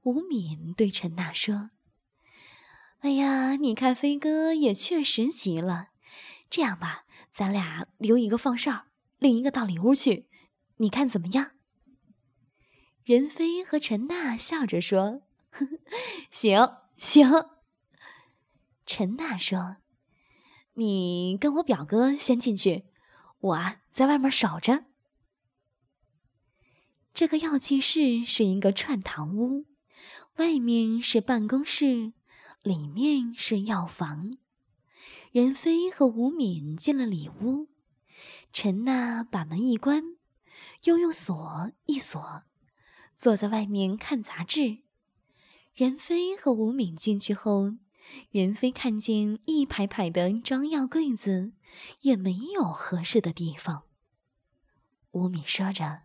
吴敏对陈娜说：“哎呀，你看飞哥也确实急了。这样吧，咱俩留一个放哨，另一个到里屋去，你看怎么样？”任飞和陈娜笑着说：“呵呵，行行。”陈娜说：“你跟我表哥先进去，我在外面守着。”这个药剂室是一个串堂屋，外面是办公室，里面是药房。任飞和吴敏进了里屋，陈娜把门一关，又用锁一锁，坐在外面看杂志。任飞和吴敏进去后，任飞看见一排排的装药柜子，也没有合适的地方。吴敏说着：“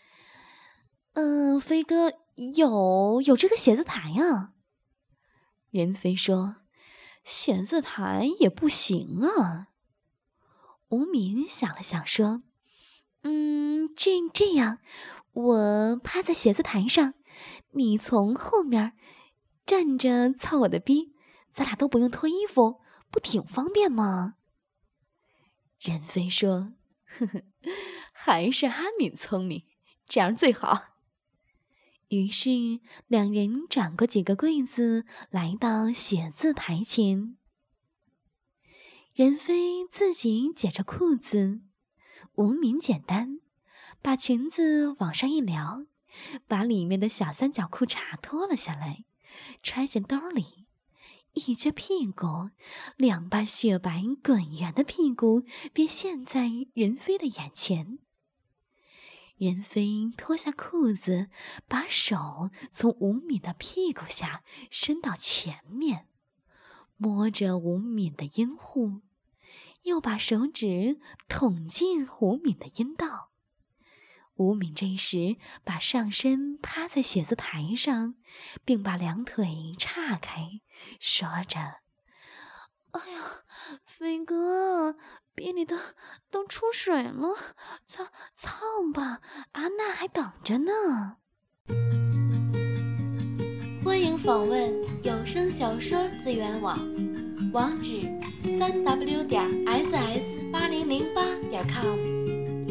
飞哥，有这个写字台啊。”任飞说：“写字台也不行啊。”吴敏想了想说：“这样，我趴在写字台上，你从后面站着操我的逼，咱俩都不用脱衣服，不挺方便吗？”任飞说：“呵呵，还是阿敏聪明，这样最好。”于是两人转过几个柜子，来到写字台前。任飞自己解着裤子，吴敏简单，把裙子往上一撩，把里面的小三角裤衩脱了下来，揣进兜里，一撅屁股，两瓣雪白滚圆的屁股便现在任飞的眼前。任飞脱下裤子，把手从吴敏的屁股下伸到前面，摸着吴敏的阴户，又把手指捅进吴敏的阴道。吴敏这时把上身趴在写字台上，并把两腿岔开，说着：“哎呀，飞哥，鼻里都出水了，操吧，阿娜还等着呢。” 欢迎访问有声小说资源网，网址3w.ss8008.com。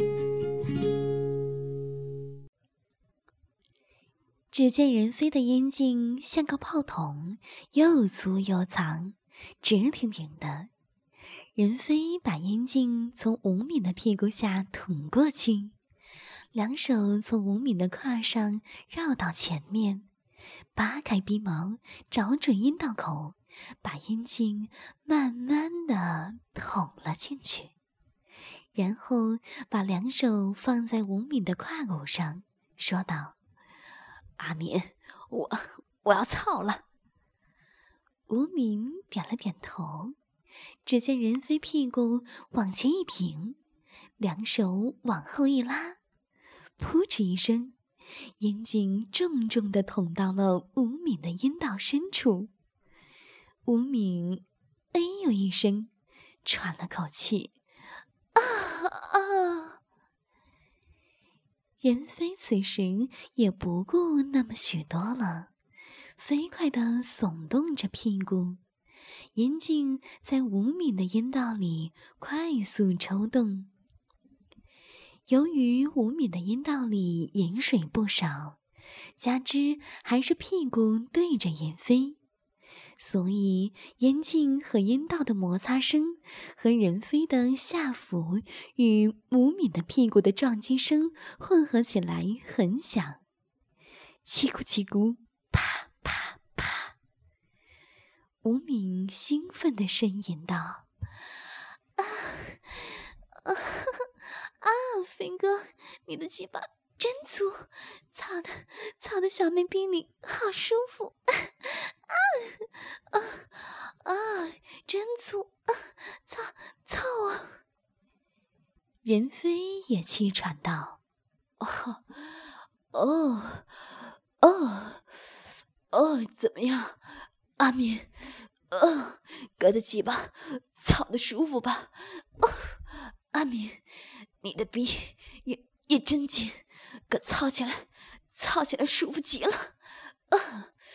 只见任飞的阴茎像个炮筒，又粗又长，直挺挺的。任飞把阴茎从吴敏的屁股下捅过去，两手从吴敏的胯上绕到前面，扒开鼻毛，找准阴道口，把阴茎慢慢地捅了进去，然后把两手放在吴敏的胯骨上，说道：“阿敏，我要操了。”吴敏点了点头。只见任飞屁股往前一挺，两手往后一拉，噗嗤一声，阴茎重重地捅到了吴敏的阴道深处。吴敏哎呦一声，喘了口气，啊！任飞此时也不顾那么许多了，飞快地耸动着屁股，阴茎在吴敏的阴道里快速抽动。由于吴敏的阴道里饮水不少，加之还是屁股对着任飞，所以阴茎和阴道的摩擦声和任飞的下腹与吴敏的屁股的撞击声混合起来很响，叽咕叽咕，啪啪啪。吴敏兴奋地呻吟道：“飞哥，你的鸡巴真粗，操的小妹逼里好舒服，真粗，操啊！”任飞也气喘道：“怎么样，阿敏？哥的鸡巴操的舒服吧？阿敏，你的逼也真紧，哥操起来舒服极了。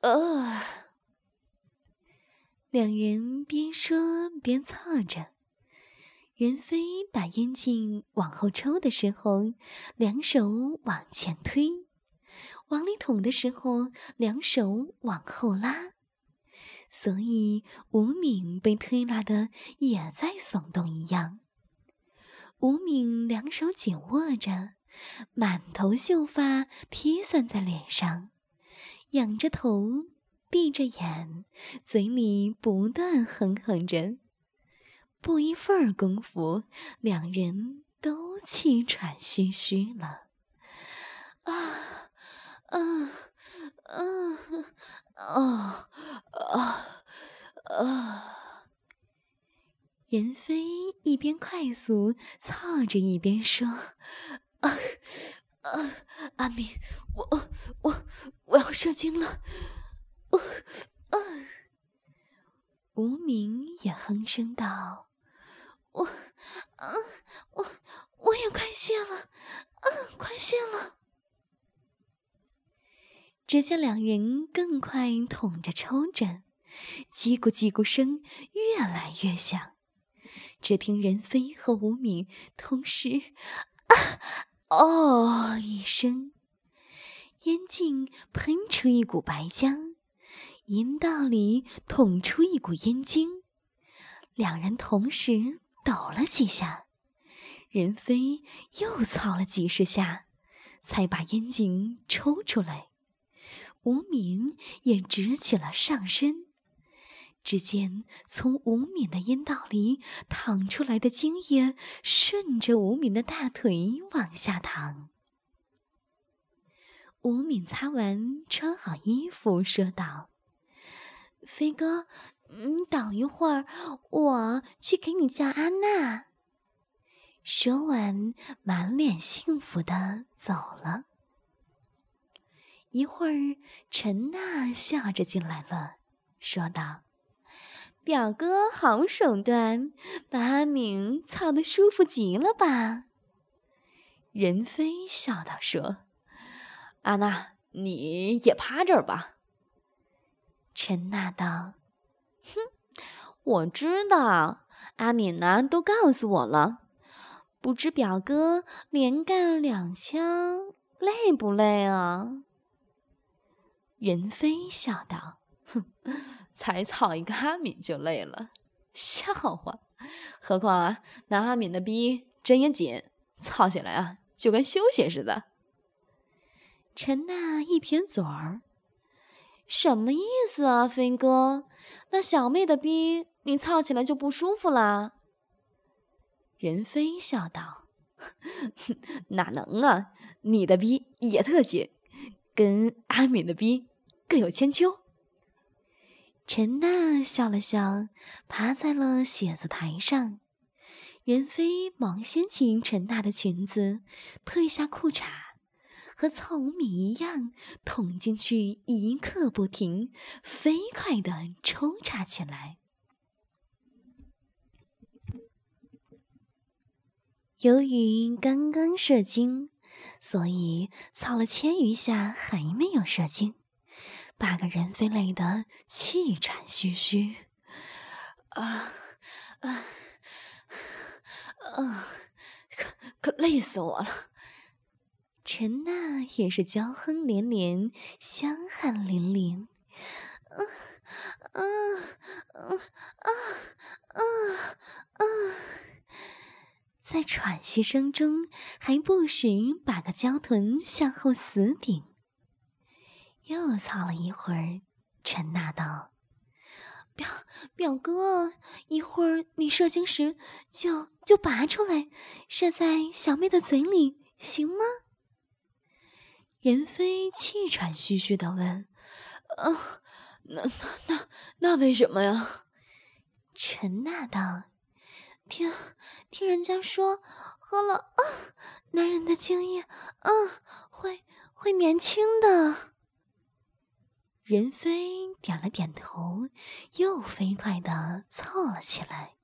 两人边说边操着。任飞把烟茎往后抽的时候，两手往前推；往里捅的时候，两手往后拉。所以吴敏被推拉的也在耸动一样。吴敏两手紧握着，满头秀发披散在脸上，仰着头，闭着眼，嘴里不断哼哼着。不一会儿功夫，两人都气喘吁吁了。任飞一边快速操着一边说：“阿敏，我要射精了。”吴敏也哼声道：“我也快泄了，快泄了。”只见两人更快捅着抽着，叽咕叽咕声越来越响。只听任飞和吴敏同时一声，烟茎喷出一股白浆，阴道里捅出一股烟精。两人同时抖了几下，任飞又操了几十下，才把烟茎抽出来。吴敏也直起了上身。只见从吴敏的阴道里淌出来的精液顺着吴敏的大腿往下淌。吴敏擦完，穿好衣服，说道：“飞哥，你等一会儿，我去给你叫安娜。”说完，满脸幸福地走了。一会儿，陈娜笑着进来了，说道：“表哥好手段，把阿敏操得舒服极了吧？”任飞笑道说：“安娜，你也趴这儿吧。”陈娜道：“哼，我知道，阿敏呢都告诉我了。不知表哥连干2枪累不累啊？”任飞笑道：“哼，才操一个阿敏就累了，笑话！何况啊，那阿敏的逼针也紧，操起来啊，就跟休息似的。”陈娜一撇嘴儿：“什么意思啊，飞哥？那小妹的逼你操起来就不舒服啦？”任飞笑道：“哪能啊，你的逼也特紧，跟阿敏的逼各有千秋。”陈娜笑了笑，趴在了写字台上。任飞忙掀起陈娜的裙子，褪下裤衩，和糙米一样捅进去，一刻不停，飞快地抽插起来。由于刚刚射精，所以操了1000余下还没有射精，把个任飞累得气喘吁吁。可累死我了。陈娜也是娇哼连连，香汗淋淋。在喘息声中，还不时把个娇臀向后死顶。又操了一会儿，陈娜道：“表哥，一会儿你射精时就拔出来，射在小妹的嘴里，行吗？”任飞气喘吁吁地问：“那为什么呀？”陈娜道：“听人家说，喝了男人的精液，会年轻的。”任飞点了点头，又飞快地操了起来。